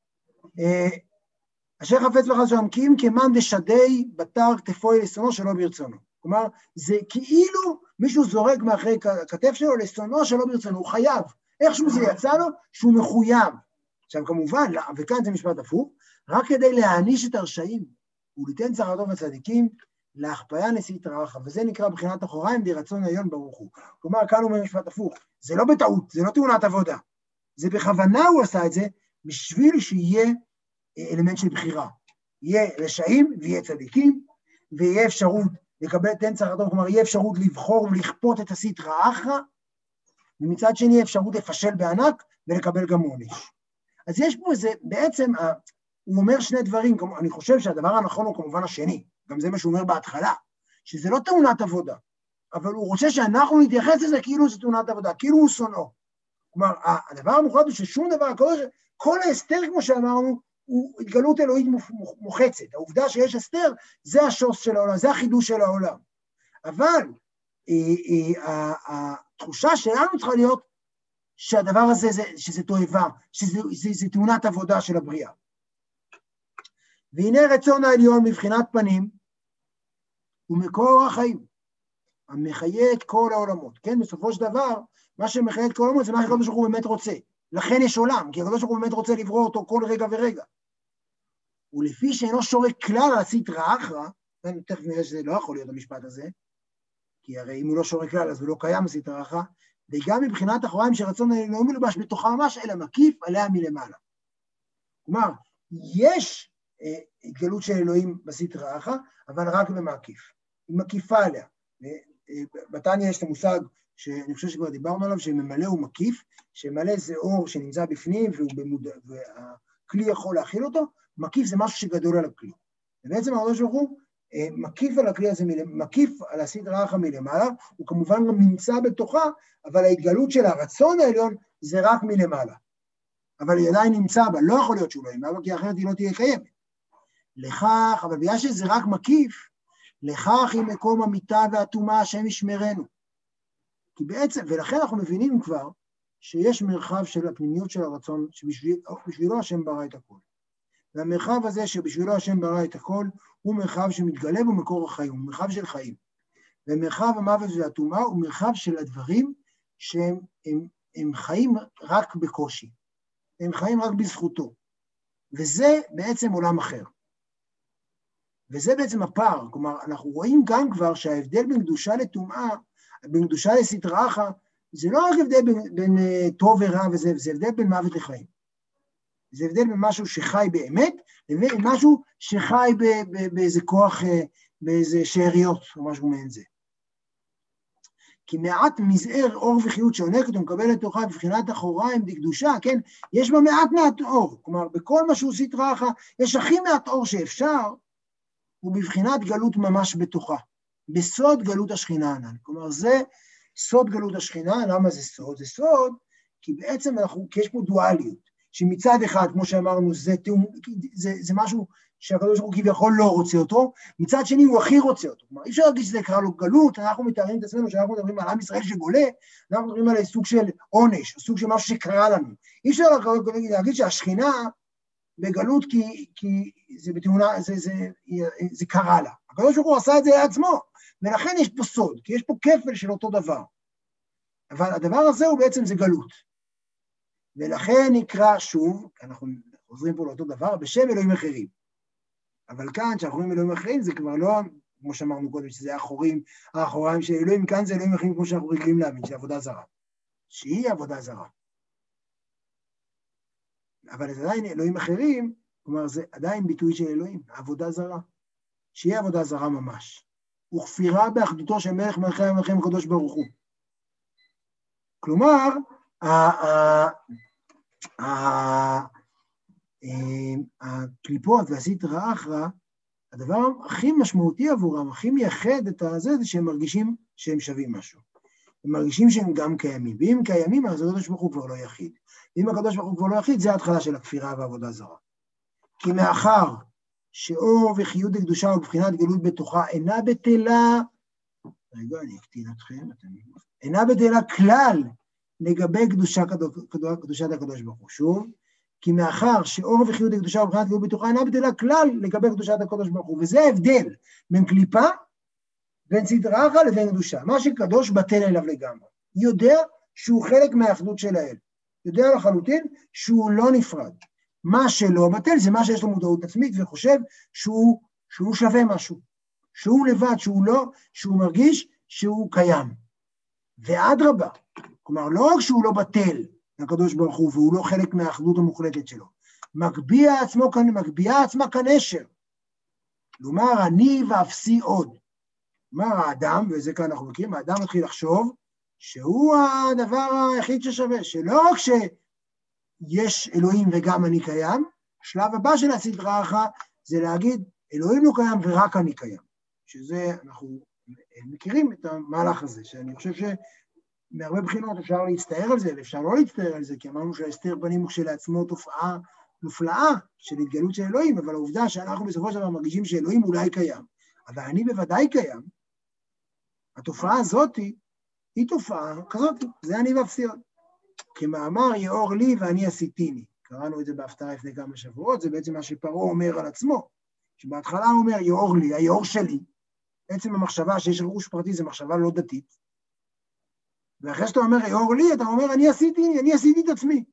אשר חפץ בחס ושלום, כי אם כמן דשדי בתר כתפו לשונאו שלא ברצונו. כלומר, זה כאילו מישהו זורק מאחרי כתף שלו לשונאו שלא ברצונו, הוא חייב. איכשהו זה יצא לו שהוא מחויב. עכשיו כמובן, וכאן זה משפט הפוך, רק כדי להעניש את הרשעים, וליתן צרתו בצדיקים, להכפיה לסיטרא אחרא, וזה נקרא בחינת אחוריים דרצון העליון ברוך הוא. כלומר, כאן אומר משפט הפוך, זה לא בטעות, זה לא תאונת עבודה, זה בכוונה הוא עשה את זה, בשביל שיהיה אלמנט של בחירה. יהיה רשעים ויהיה צדיקים, ויהיה אפשרות לקבל תן צרתו, כלומר, יהיה אפשרות לבחור ולכפות את הסיטרא אחרא, ומצד שני אפשרות לפשל בענק ולקבל גם עונש. אז יש פה איזה, בעצם, הוא אומר שני דברים, אני חושב שהדבר הנכון הוא כמובן השני, גם זה מה שהוא אומר בהתחלה, שזה לא תאונת עבודה, אבל הוא רוצה שאנחנו נתייחס לזה כאילו זה תאונת עבודה, כאילו הוא שונאו. כלומר, הדבר המוחלט הוא ששום דבר, כל ההסתר, כמו שאמרנו, הוא התגלות אלוהית מוחצת. העובדה שיש הסתר, זה השוס של העולם, זה החידוש של העולם. אבל התחושה שלנו צריכה להיות שהדבר הזה, שזה תועבה, שזה תאונת עבודה של הבריאה. והנה רצון העליון מבחינת פנים, הוא מקור החיים, המחיה את כל העולמות. כן, בסופו של דבר, מה שמחיה את כל העולמות זה מה שהקדוש ברוך הוא באמת רוצה. לכן יש עולם, כי הקדוש ברוך הוא באמת רוצה לברוא אותו כל רגע ורגע. ולפי שאינו שורק כלל על הסטרא אחרא, תכף נראה שזה לא יכול להיות המשפט הזה, כי הרי אם הוא לא שורק כלל, אז הוא לא קיים הסטרא אחרא, וגם מבחינת אחוריים שרצון לא מלובש בתוכה ממש, אלא מקיף עליה מלמעלה. כלומר, יש אה, התגלות של אלוהים בסטרא אחרא, אבל רק במקיף. היא מקיפה עליה. בתניא יש את המושג שאני חושב שכבר דיברנו עליו, שממלא הוא מקיף, שממלא זה אור שנמצא בפנים, והוא במודע, והכלי יכול להכיל אותו, מקיף זה משהו שגדול על הכלי. ובעצם הקדוש ברוך הוא מקיף על הכלי הזה, מקיף על הסטרא אחרא מלמעלה, הוא כמובן גם נמצא בתוכה, אבל ההתגלות של הרצון העליון זה רק מלמעלה. אבל היא עדיין נמצא בה, לא יכול להיות שהוא לא ימבה, כי אחרת היא לא תהיה קיימת. לכך, אבל בגלל שזה רק מקיף, לכך היא מקום המיטה והטומאה, השם ישמרנו. כי בעצם, ולכן אנחנו מבינים כבר, שיש מרחב של הפנימיות של הרצון, שבשבילו השם ברא את הכל. והמרחב הזה שבשבילו השם ברא את הכל, הוא מרחב שמתגלה במקור החיים, הוא מרחב של חיים. ומרחב המוות והטומאה הוא מרחב של הדברים שהם הם, הם חיים רק בקושי. הם חיים רק בזכותו. וזה בעצם עולם אחר. וזה בעצם הפער. כלומר, אנחנו רואים גם כבר שההבדל בין קדושה לטומאה, בין קדושה לסטרא אחרא, זה לא רק הבדל בין, בין טוב ורע, וזה, זה הבדל בין מוות לחיים. זה הבדל בין משהו שחי באמת, לבין משהו שחי באיזה כוח, באיזה שאריות, או משהו מעין זה. כי מעט מזער אור וחיות שעונקת ומקבל לתוכה בבחינת אחוריים דקדושה, כן? יש בה מעט מעט אור, כלומר, בכל מה שהוא סטרא אחרא, יש הכי מעט אור שאפשר, ובבחינת גלות ממש בתוכה, בסוד גלות השכינה ענן. כלומר, זה סוד גלות השכינה. למה זה סוד? זה סוד, כי בעצם אנחנו, כי יש פה דואליות. שמצד אחד, כמו שאמרנו, זה, זה, זה משהו שהקדוש ברוך הוא כביכול לא רוצה אותו, מצד שני הוא הכי רוצה אותו. כלומר, אי אפשר להגיד שזה קרא לו גלות, אנחנו מתארים את עצמנו, שאנחנו מדברים על עם ישראל שגולה, אנחנו מדברים על סוג של עונש, סוג של משהו שקרה לנו. אי אפשר להגיד שהשכינה בגלות, כי, כי זה בתאונה, זה, זה, זה, זה קרה לה. הקדוש ברוך הוא עשה את זה לעצמו, ולכן יש פה סוד, כי יש פה כפל של אותו דבר. אבל הדבר הזה הוא בעצם זה גלות. ולכן נקרא שוב, אנחנו חוזרים פה לאותו דבר, בשם אלוהים אחרים. אבל כאן, כשאנחנו רואים אלוהים אחרים, זה כבר לא, כמו שאמרנו קודם, שזה האחורים, האחוריים של אלוהים, כאן זה אלוהים אחרים כמו שאנחנו רגילים להאמין, שזה עבודה זרה. שהיא עבודה זרה. אבל זה עדיין אלוהים אחרים, כלומר, זה עדיין ביטוי של אלוהים, עבודה זרה. שהיא עבודה זרה ממש. וכפירה באחדותו של מלך מלכי המלכים הקדוש ברוך הוא. כלומר, הקליפות והסטרא אחרא, הדבר הכי משמעותי עבורם, הכי מייחד את הזה, זה שהם מרגישים שהם שווים משהו. הם מרגישים שהם גם קיימים, ואם קיימים, אז הקדוש ברוך הוא כבר לא יחיד. ואם הקדוש ברוך הוא כבר לא יחיד, זה ההתחלה של הכפירה והעבודה זרה. כי מאחר שאור וחיות הקדושה ובבחינת גלות בתוכה אינה בטלה, רגע, אני אקטין אתכם, אינה בטלה כלל, לגבי קדושה, קדושת הקדוש ברוך הוא. שוב, כי מאחר שאור וחיות הקדושה ובבחינת גלות בתוכה אינה בטלה כלל לגבי קדושת הקדוש ברוך הוא, וזה ההבדל בין קליפה, בין סטרא אחרא לבין קדושה. מה שקדוש בטל אליו לגמרי. יודע שהוא חלק מהאחדות של האל. יודע לחלוטין שהוא לא נפרד. מה שלא בטל זה מה שיש לו מודעות עצמית וחושב שהוא, שהוא שווה משהו. שהוא לבד, שהוא לא, שהוא מרגיש שהוא קיים. ואדרבה, כלומר, לא רק שהוא לא בטל לקדוש ברוך הוא, והוא לא חלק מהאחדות המוחלטת שלו, מגביה עצמו כאן, מגביה עצמה כנשר. כלומר, אני ואפסי עוד. כלומר, האדם, וזה כאן אנחנו מכירים, האדם מתחיל לחשוב, שהוא הדבר היחיד ששווה, שלא רק שיש אלוהים וגם אני קיים, השלב הבא של הסטרא אחרא זה להגיד, אלוהים לא קיים ורק אני קיים. שזה, אנחנו מכירים את המהלך הזה, שאני חושב ש... מהרבה בחינות אפשר להצטער על זה, ואפשר לא להצטער על זה, כי אמרנו שההסתר פנים הוא כשלעצמו תופעה מופלאה של התגלות של אלוהים, אבל העובדה שאנחנו בסופו של דבר מרגישים שאלוהים אולי קיים, אבל אני בוודאי קיים, התופעה הזאת היא תופעה כזאת, זה אני ואפסיות. כמאמר יאור לי ואני עשיתיני. קראנו את זה בהפטרה לפני כמה שבועות, זה בעצם מה שפרעה אומר על עצמו, שבהתחלה הוא אומר יאור לי, היאור שלי, בעצם המחשבה שיש רכוש פרטי זה מחשבה לא דתית, ואחרי שאתה אומר יאור לי, אתה אומר אני עשיתי, אני עשיתי את עצמי.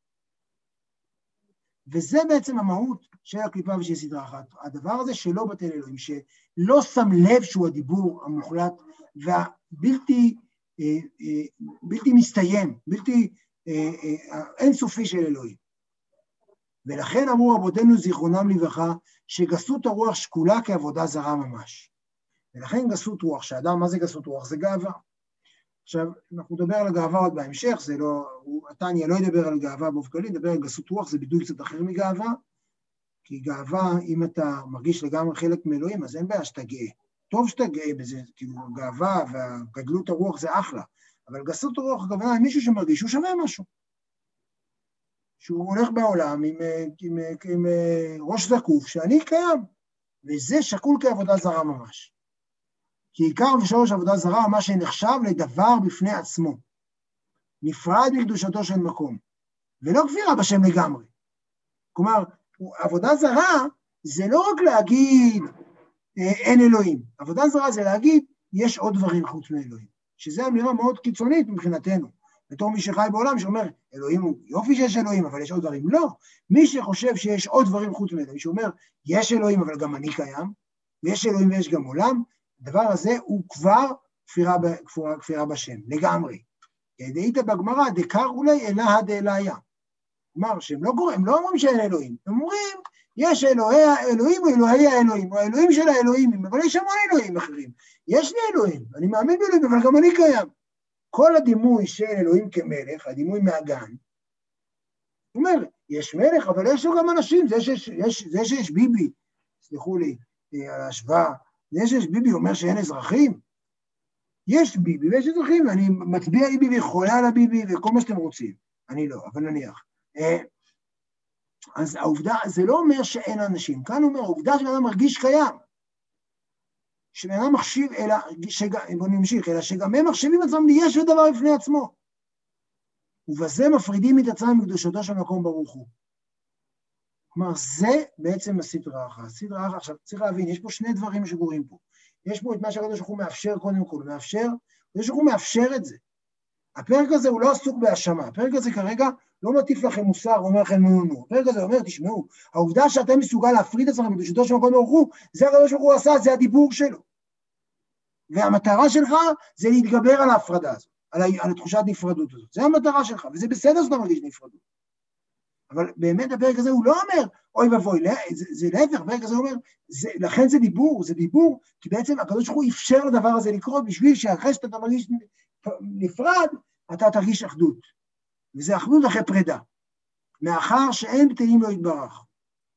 וזה בעצם המהות של הקליפה ושל סדרה אחת, הדבר הזה שלא בטל אלוהים, שלא שם לב שהוא הדיבור המוחלט והבלתי אה, אה, בלתי מסתיים, בלתי אה, אה, אינסופי של אלוהים. ולכן אמרו רבותינו זיכרונם לברכה, שגסות הרוח שקולה כעבודה זרה ממש. ולכן גסות רוח, שאדם, מה זה גסות רוח? זה גאווה. עכשיו, אנחנו נדבר על הגאווה עוד בהמשך, זה לא, התניא לא ידבר על גאווה באופן כללי, נדבר על גסות רוח, זה ביטוי קצת אחר מגאווה, כי גאווה, אם אתה מרגיש לגמרי חלק מאלוהים, אז אין בעיה שאתה גאה. טוב שאתה גאה בזה, כאילו גאווה והגדלות הרוח זה אחלה, אבל גסות הרוח, הכוונה, מישהו שמרגיש שהוא שווה משהו. שהוא הולך בעולם עם, עם, עם, עם ראש זקוף, שאני קיים, וזה שקול כעבודה זרה ממש. כי עיקר ושורש עבודה זרה, מה שנחשב לדבר בפני עצמו, נפרד מקדושתו של מקום, ולא כפירה בשם לגמרי. כלומר, עבודה זרה זה לא רק להגיד אין אלוהים, עבודה זרה זה להגיד יש עוד דברים חוץ מאלוהים, שזה אמירה מאוד קיצונית מבחינתנו, בתור מי שחי בעולם שאומר, אלוהים הוא יופי שיש אלוהים, אבל יש עוד דברים. לא, מי שחושב שיש עוד דברים חוץ מאלוהים, שאומר, יש אלוהים, אבל גם אני קיים, ויש אלוהים ויש גם עולם, הדבר הזה הוא כבר כפירה, כפירה, כפירה בשם, לגמרי. דאית בגמרא, דקר אולי אלוה דאליה. כלומר, שהם לא, הם לא אומרים שאין אלוהים, הם אומרים, יש אלוהי האלוהים או אלוהי האלוהים, או האלוהים של האלוהים, אבל יש המון אלוהים אחרים. יש לי אלוהים, אני מאמין באלוהים, אבל גם אני קיים. כל הדימוי של אלוהים כמלך, הדימוי מהגן, הוא אומר, יש מלך, אבל יש לו גם אנשים, זה שיש, יש, זה שיש ביבי, סליחו לי על ההשוואה, זה שיש ביבי אומר שאין אזרחים, יש ביבי ויש אזרחים, ואני מצביע לי ביבי, חולה על הביבי, וכל מה שאתם רוצים, אני לא, אבל נניח. אז העובדה, זה לא אומר שאין אנשים, כאן הוא אומר, העובדה שאדם מרגיש קיים, שאינם מחשיב, אלא, שג... בוא נמשיך, אלא שגם הם מחשבים עצמם ליש ודבר בפני עצמו. ובזה מפרידים את עצמם מקדושתו של מקום ברוך הוא. כלומר, זה בעצם הסדרה אחת. הסדרה אחת, עכשיו צריך להבין, יש פה שני דברים שקורים פה. יש פה את מה שהקדוש ברוך הוא מאפשר קודם כל, מאפשר, הקדוש ברוך הוא מאפשר את זה. הפרק הזה הוא לא עסוק בהאשמה, הפרק הזה כרגע לא מטיף לכם מוסר, הוא אומר לכם נו נו, הפרק הזה אומר, תשמעו, העובדה שאתם מסוגל להפריד את עצמכם מקדושתו של מקום ברוך הוא, זה הקדוש ברוך הוא עשה, זה הדיבור שלו. והמטרה שלך זה להתגבר על ההפרדה הזאת, על, ה... על התחושת נפרדות הזאת. זה המטרה שלך, וזה בסדר שאתה מרגיש נפרדות. אבל באמת הפרק הזה הוא לא אומר, אוי ובוי, זה, זה להפך, הפרק הזה אומר, זה, לכן זה דיבור, זה דיבור, כי בעצם הקדוש ברוך הוא אפשר לדבר הזה לקרות, בשביל שאחרי שאתה מרגיש נפרד, אתה תרגיש אחדות. וזה אחדות אחרי פרידה, מאחר שאין בטלים לו יתברך.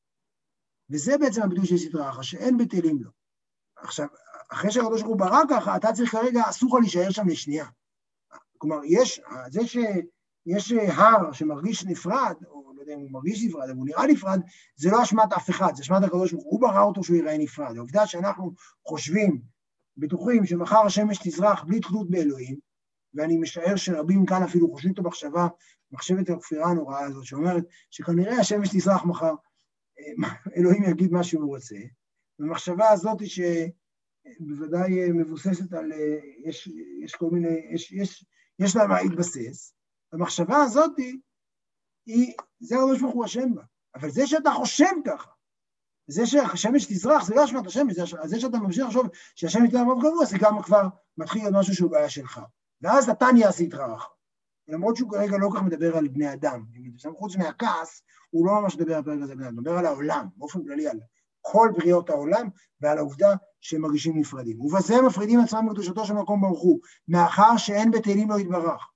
וזה בעצם הביטוי של סדרה אחת, שאין בטלים לו. עכשיו, אחרי שהקדוש ברוך הוא ברא ככה, אתה צריך כרגע, אסור לך להישאר שם לשנייה. כלומר, יש, זה שיש הר שמרגיש נפרד, או לא יודע אם הוא מרגיש נפרד, אבל הוא נראה נפרד, זה לא אשמת אף אחד, זה אשמת הקדוש ברוך הוא, הוא ברא אותו שהוא ייראה נפרד. העובדה שאנחנו חושבים, בטוחים שמחר השמש תזרח בלי תלות באלוהים, ואני משער שרבים כאן אפילו חושבים את המחשבה, מחשבת הכפירה הנוראה הזאת, שאומרת שכנראה השמש תזרח מחר, אלוהים יגיד מה שהוא רוצה, והמחשבה הזאת היא שבוודאי מבוססת על, יש, יש כל מיני, יש, יש, יש לה מה להתבסס, המחשבה הזאת היא, זה הקדוש ברוך הוא אשם בה, אבל זה שאתה חושב ככה, זה שהשמש תזרח, זה לא אשמת השמש, זה שאתה ממשיך לחשוב שהשמש תזרח מאוד גבוה, זה גם כבר מתחיל להיות משהו שהוא בעיה שלך. ואז אתה נהיה סדרה אחת. למרות שהוא כרגע לא כך מדבר על בני אדם, חוץ מהכעס, הוא לא ממש מדבר על פרק הזה בני אדם, מדבר על העולם, באופן כללי על כל בריאות העולם, ועל העובדה שהם מרגישים נפרדים. ובזה מפרידים עצמם מקדושתו של מקום ברוך הוא, מאחר שאין בטלים לו יתברך.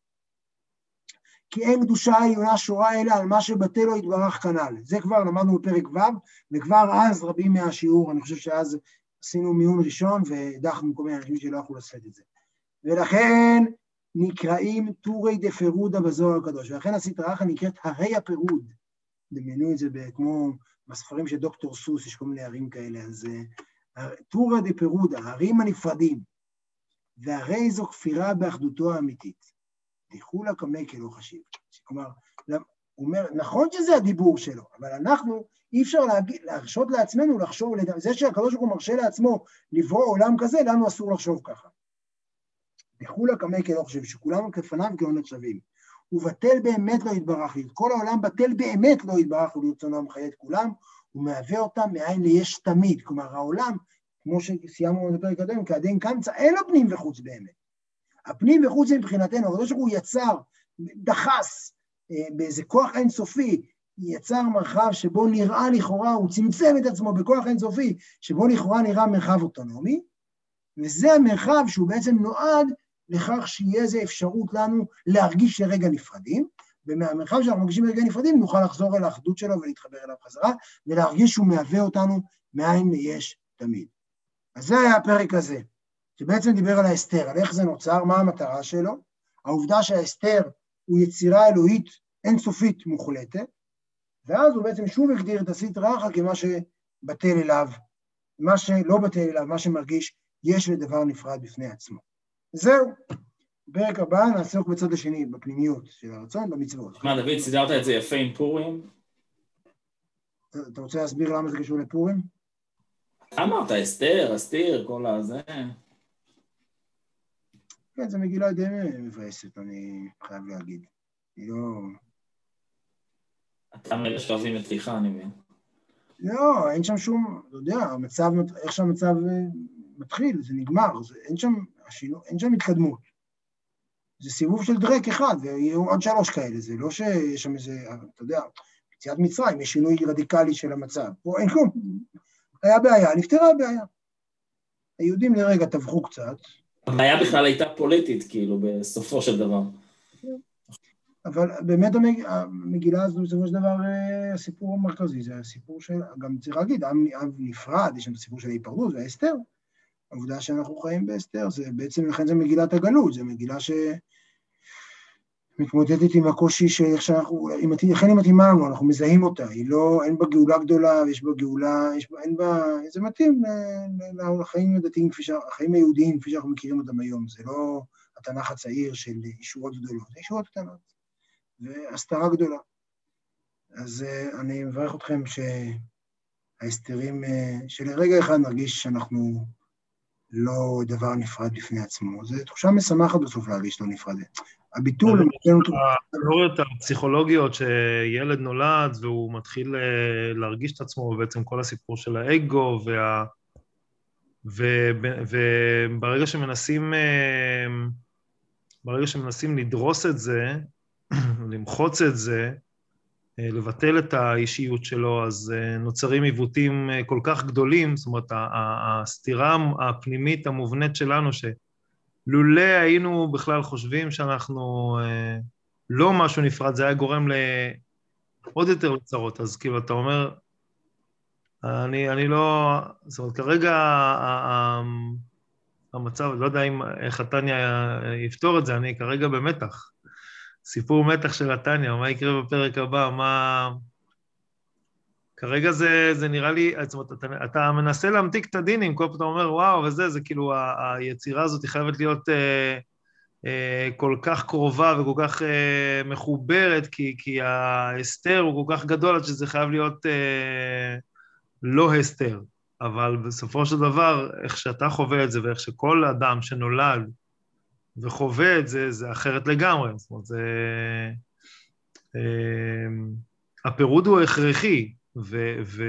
כי אין קדושה עליונה שורה אלא על מה שבטל לו יתברך כנ"ל. זה כבר למדנו בפרק ו', וכבר אז רבים מהשיעור, אני חושב שאז עשינו מיון ראשון, ודחנו כל מיני אנשים שלא יכולו לשאת את זה. ולכן נקראים טורי דפירודה בזוהר הקדוש, ולכן הסדרה אחת נקראת הרי הפירוד, דמיינו את זה כמו בספרים של דוקטור סוס, יש כל מיני ערים כאלה, אז טורי דפירודה, הערים הנפרדים, והרי זו כפירה באחדותו האמיתית. דיחולה קמא כלא חשיב. כלומר, הוא אומר, נכון שזה הדיבור שלו, אבל אנחנו, אי אפשר להגיד, להרשות לעצמנו לחשוב, זה שהקדוש ברוך הוא מרשה לעצמו לברוא עולם כזה, לנו אסור לחשוב ככה. דיחולה קמא כלא חשיב, שכולנו כפניו כלא נחשבים. ובטל באמת לא יתברך לי, כל העולם בטל באמת לא יתברך ולרצונו המחיה את כולם, הוא מהווה אותם מאין ליש תמיד, כלומר העולם, כמו שסיימנו בפרק הקודם, כעדין קמצא, אין לו פנים וחוץ באמת. הפנים וחוץ זה מבחינתנו, אבל לא שהוא יצר, דחס, באיזה כוח אינסופי, יצר מרחב שבו נראה לכאורה, הוא צמצם את עצמו בכוח אינסופי, שבו לכאורה נראה מרחב אוטונומי, וזה המרחב שהוא בעצם נועד לכך שיהיה איזו אפשרות לנו להרגיש לרגע נפרדים, ומהמרחב שאנחנו מרגישים לרגע נפרדים, נוכל לחזור אל האחדות שלו ולהתחבר אליו חזרה, ולהרגיש שהוא מהווה אותנו מאין יש תמיד. אז זה היה הפרק הזה, שבעצם דיבר על האסתר, על איך זה נוצר, מה המטרה שלו, העובדה שהאסתר הוא יצירה אלוהית אינסופית מוחלטת, ואז הוא בעצם שוב הגדיר את הסטרא אחרא כמה שבטל אליו, מה שלא בטל אליו, מה שמרגיש יש לדבר נפרד בפני עצמו. זהו, בפרק הבא נעסוק בצד השני, בפנימיות של הרצון, במצוות. שמע, דוד, סידרת את זה יפה עם פורים? אתה רוצה להסביר למה זה קשור לפורים? אמרת, אסתר, אסתיר, כל הזה. כן, זו מגילה די מבאסת, אני חייב להגיד. היא לא... אתה מאלה שאוהבים את ליחה, אני מבין. לא, אין שם שום, אתה יודע, המצב, איך שהמצב מתחיל, זה נגמר, זה, אין שם, השינו, אין שם התקדמות. זה סיבוב של דרק אחד, ויהיו עוד שלוש כאלה, זה לא שיש שם איזה, אתה יודע, יציאת מצרים, יש שינוי רדיקלי של המצב. פה אין כלום, היה בעיה, נפתרה הבעיה. היהודים לרגע טבחו קצת. הבעיה בכלל הייתה פוליטית, כאילו, בסופו של דבר. אבל באמת המג... המגילה הזו, בסופו של דבר, הסיפור המרכזי, זה הסיפור של, גם צריך להגיד, עם, עם נפרד, יש שם הסיפור של ההיפרדות והאסתר. העובדה שאנחנו חיים באסתר, זה בעצם, לכן זה מגילת הגלות, זה מגילה שמתמודדת עם הקושי שאיך שאנחנו, לכן היא מתאימה לנו, אנחנו מזהים אותה, היא לא, אין בה גאולה גדולה, ויש בה גאולה, יש בה, אין בה, זה מתאים לחיים הדתיים, החיים היהודיים, כפי שאנחנו מכירים אותם היום, זה לא התנ"ך הצעיר של ישועות גדולות, זה ישועות קטנות. והסתרה גדולה. אז uh, אני מברך אתכם שההסתרים, uh, שלרגע אחד נרגיש שאנחנו לא דבר נפרד בפני עצמו. זו תחושה משמחת בסוף להרגיש לא נפרד. הביטול... התיאוריות הפסיכולוגיות שילד נולד והוא מתחיל להרגיש את עצמו, ובעצם כל הסיפור של האגו, וה... וברגע שמנסים, ברגע שמנסים לדרוס את זה, למחוץ את זה, לבטל את האישיות שלו, אז נוצרים עיוותים כל כך גדולים, זאת אומרת, הסתירה הפנימית המובנית שלנו, שלולא היינו בכלל חושבים שאנחנו לא משהו נפרד, זה היה גורם לעוד יותר לצרות, אז כאילו אתה אומר, אני, אני לא, זאת אומרת, כרגע המצב, לא יודע אם, איך התניה יפתור את זה, אני כרגע במתח. סיפור מתח של התניה, מה יקרה בפרק הבא, מה... כרגע זה, זה נראה לי, זאת אומרת, אתה, אתה מנסה להמתיק את הדינים, כל פעם אתה אומר, וואו, וזה, זה כאילו, ה, היצירה הזאת היא חייבת להיות אה, אה, כל כך קרובה וכל כך אה, מחוברת, כי, כי ההסתר הוא כל כך גדול, עד שזה חייב להיות אה, לא הסתר. אבל בסופו של דבר, איך שאתה חווה את זה, ואיך שכל אדם שנולד, וחווה את זה, זה אחרת לגמרי. זאת אומרת, זה... הפירוד הוא הכרחי, ו... ו...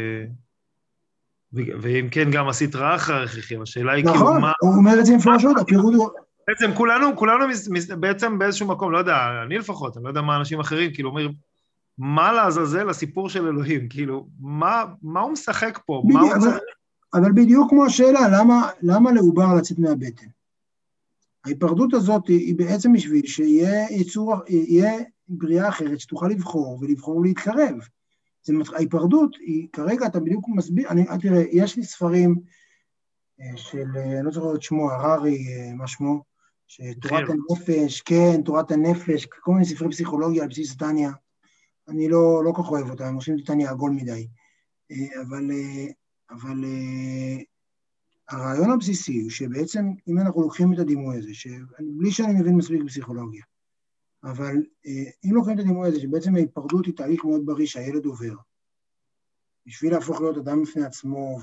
ואם כן, גם הסטרא אחרא הכרחי, אבל השאלה היא כאילו מה... נכון, הוא אומר את זה מפורשות, הפירוד הוא... בעצם כולנו, כולנו בעצם באיזשהו מקום, לא יודע, אני לפחות, אני לא יודע מה אנשים אחרים, כאילו אומר, מה לעזאזל הסיפור של אלוהים, כאילו, מה, מה הוא משחק פה? בדיוק, מה הוא אבל, משחק... אבל בדיוק כמו השאלה, למה, למה לעובר לצאת מהבטן? ההיפרדות הזאת היא בעצם בשביל שיהיה יצור, יהיה בריאה אחרת שתוכל לבחור ולבחור ולהתקרב. זה, ההיפרדות היא, כרגע אתה בדיוק מסביר, אני, תראה, יש לי ספרים של, אני לא זוכר את שמו, הררי, מה שמו, שתורת הנפש, כן, תורת הנפש, כל מיני ספרי פסיכולוגיה על בסיס תניה, אני לא, לא כך אוהב אותה, הם עושים את תניה עגול מדי, אבל, אבל הרעיון הבסיסי הוא שבעצם, אם אנחנו לוקחים את הדימוי הזה, בלי שאני מבין מספיק בפסיכולוגיה, אבל אם לוקחים את הדימוי הזה, שבעצם ההיפרדות היא תהליך מאוד בריא שהילד עובר, בשביל להפוך להיות אדם בפני עצמו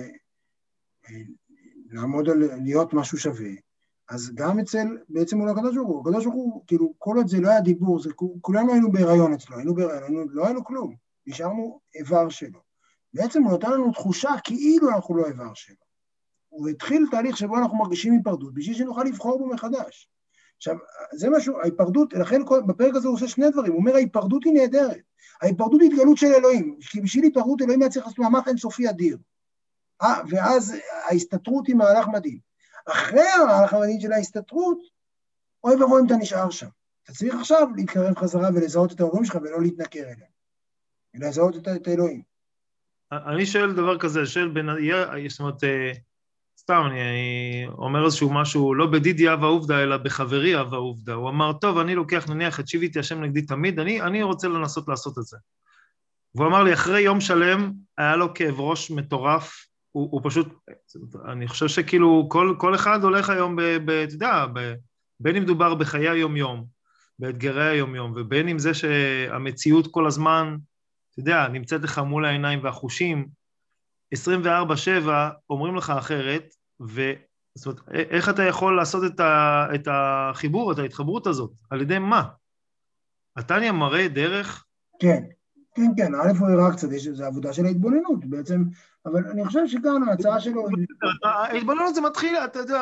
ולעמוד על להיות משהו שווה, אז גם אצל, בעצם מול הקדוש ברוך הוא, הקדוש ברוך הוא, כאילו, כל עוד זה לא היה דיבור, זה, כולנו היינו בהיריון אצלו, היינו בהיריון, לא היינו כלום, נשארנו איבר שלו. בעצם הוא נותן לנו תחושה כאילו אנחנו לא איבר שלו. הוא התחיל תהליך שבו אנחנו מרגישים היפרדות, בשביל שנוכל לבחור בו מחדש. עכשיו, זה משהו, ההיפרדות, לכן בפרק הזה הוא עושה שני דברים, הוא אומר, ההיפרדות היא נהדרת, ההיפרדות היא התגלות של אלוהים, כי בשביל היפרדות אלוהים היה צריך לעשות מאמץ אינסופי אדיר. אה, ואז ההסתתרות היא מהלך מדהים. אחרי המהלך המדהים של ההסתתרות, אוי ואבוי אם אתה נשאר שם. אתה צריך עכשיו להתקרב חזרה ולזהות את ההורים שלך ולא להתנכר אליהם. ולזהות את, את האלוהים. אני שואל דבר כזה, שואל בין, זאת אומרת, סתם, אני אומר איזשהו משהו, לא בדידי אהבה עובדה, אלא בחברי אהבה עובדה. הוא אמר, טוב, אני לוקח נניח את שיביתי השם נגדי תמיד, אני, אני רוצה לנסות לעשות את זה. והוא אמר לי, אחרי יום שלם, היה לו כאב ראש מטורף, הוא, הוא פשוט, אני חושב שכאילו כל, כל אחד הולך היום, ב, ב, אתה יודע, ב, בין אם מדובר בחיי היום-יום, באתגרי היום-יום, ובין אם זה שהמציאות כל הזמן, אתה יודע, נמצאת לך מול העיניים והחושים, עשרים וארבע שבע אומרים לך אחרת, וזאת אומרת, איך אתה יכול לעשות את, ה, את החיבור, את ההתחברות הזאת? על ידי מה? התניא מראה דרך? כן, כן, כן, א' הוא הראה קצת, זה עבודה של ההתבוננות בעצם, אבל אני חושב שכאן ההצעה שלו... ההתבוננות זה מתחיל, אתה יודע,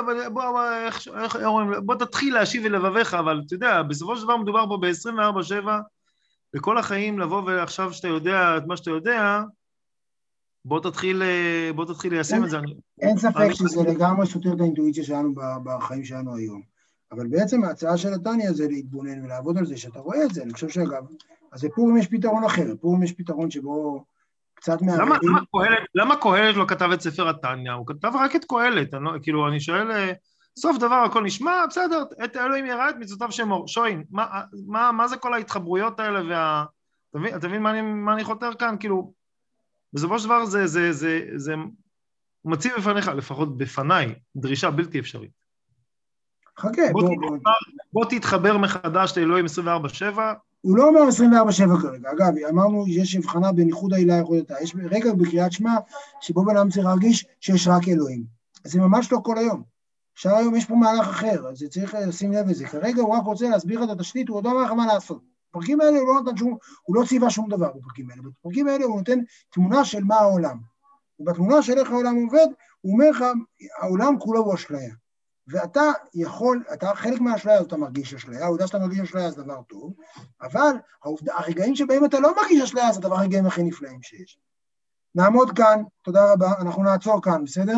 בוא תתחיל להשיב ולבביך, אבל אתה יודע, בסופו של דבר מדובר פה ב-עשרים וארבע שבע, בכל החיים לבוא ועכשיו שאתה יודע את מה שאתה יודע, בוא תתחיל, בוא תתחיל ליישם את זה. אין ספק שזה לגמרי סותר את האינטואיציה שלנו בחיים שלנו היום. אבל בעצם ההצעה של התניא זה להתבונן ולעבוד על זה, שאתה רואה את זה. אני חושב שאגב, אז בפורים יש פתרון אחר, בפורים יש פתרון שבו קצת מערבים... למה קהלת לא כתב את ספר התניא? הוא כתב רק את קהלת, כאילו אני שואל, סוף דבר הכל נשמע, בסדר, את אלוהים יראה את מצוותיו שמור, שוין, מה זה כל ההתחברויות האלה וה... אתה מבין מה אני חותר כאן? כאילו, בסופו של דבר זה, זה, זה, זה מציב בפניך, לפחות בפניי, דרישה בלתי אפשרית. חכה, בוא, בוא, תתחבר, בוא. בוא תתחבר מחדש לאלוהים עשרים וארבע שבע. הוא לא אומר עשרים וארבע שבע כרגע, אגב, אמרנו יש הבחנה בין ייחוד העילה לייחוד התא, יש רגע בקריאת שמע שבו בן אדם צריך להרגיש שיש רק אלוהים, אז זה ממש לא כל היום, עכשיו היום יש פה מהלך אחר, אז צריך לשים לב לזה, כרגע הוא רק רוצה להסביר את התשתית, הוא עוד לא אומר לך מה לעשות, בפרקים האלה הוא לא נותן שום, הוא לא ציווה שום דבר בפרקים האלה, בפרקים האלה הוא נותן תמונה של מה העולם, ובתמונה של איך העולם עובד, הוא אומר לך, העולם כולו הוא אשליה, ואתה יכול, אתה חלק מהאשליה, אתה מרגיש אשליה, העובדה שאתה מרגיש אשליה זה דבר טוב, אבל העובדה, הרגעים שבהם אתה לא מרגיש אשליה זה הדבר הרגעים הכי נפלאים שיש. נעמוד כאן, תודה רבה, אנחנו נעצור כאן, בסדר?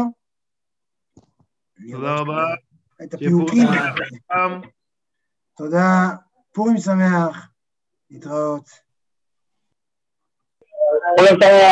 תודה רבה. את הפיוקים. תודה, פורים שמח, להתראות.